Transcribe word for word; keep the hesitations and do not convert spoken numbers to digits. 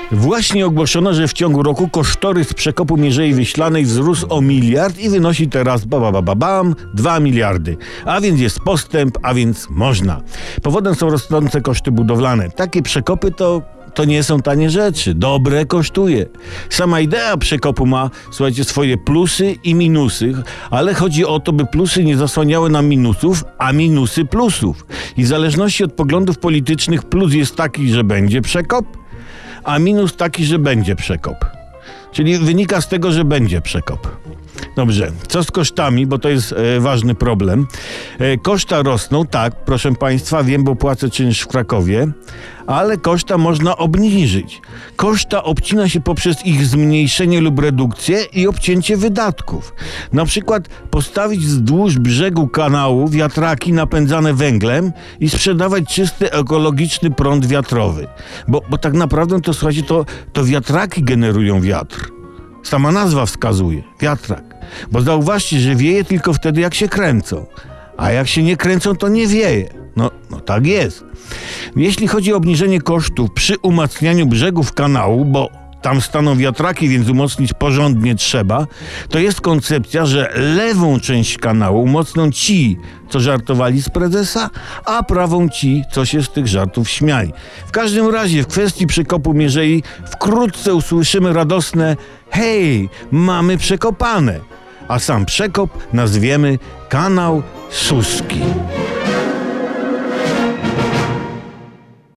Właśnie ogłoszono, że w ciągu roku kosztorys przekopu Mierzei Wiślanej wzrósł o miliard i wynosi teraz ba, ba, ba, ba, bam, dwa miliardy. A więc jest postęp, a więc można. Powodem są rosnące koszty budowlane. Takie przekopy to... To nie są tanie rzeczy. Dobre kosztuje. Sama idea przekopu ma, słuchajcie, swoje plusy i minusy, ale chodzi o to, by plusy nie zasłaniały nam minusów, a minusy plusów. I w zależności od poglądów politycznych plus jest taki, że będzie przekop, a minus taki, że będzie przekop. Czyli wynika z tego, że będzie przekop. Dobrze, co z kosztami, bo to jest e, ważny problem. E, koszta rosną, tak, proszę Państwa, wiem, bo płacę czynsz w Krakowie, ale koszta można obniżyć. Koszta obcina się poprzez ich zmniejszenie lub redukcję i obcięcie wydatków. Na przykład postawić wzdłuż brzegu kanału wiatraki napędzane węglem i sprzedawać czysty, ekologiczny prąd wiatrowy. Bo, bo tak naprawdę to, słuchajcie, to, to wiatraki generują wiatr. Sama nazwa wskazuje, wiatrak. Bo zauważcie, że wieje tylko wtedy, jak się kręcą. A jak się nie kręcą, to nie wieje. No, no tak jest. Jeśli chodzi o obniżenie kosztów przy umacnianiu brzegów kanału, bo tam staną wiatraki, więc umocnić porządnie trzeba, to jest koncepcja, że lewą część kanału umocnią ci, co żartowali z prezesa, a prawą ci, co się z tych żartów śmiali. W każdym razie w kwestii przekopu Mierzei wkrótce usłyszymy radosne: hej, mamy przekopane, a sam przekop nazwiemy Kanał Suski.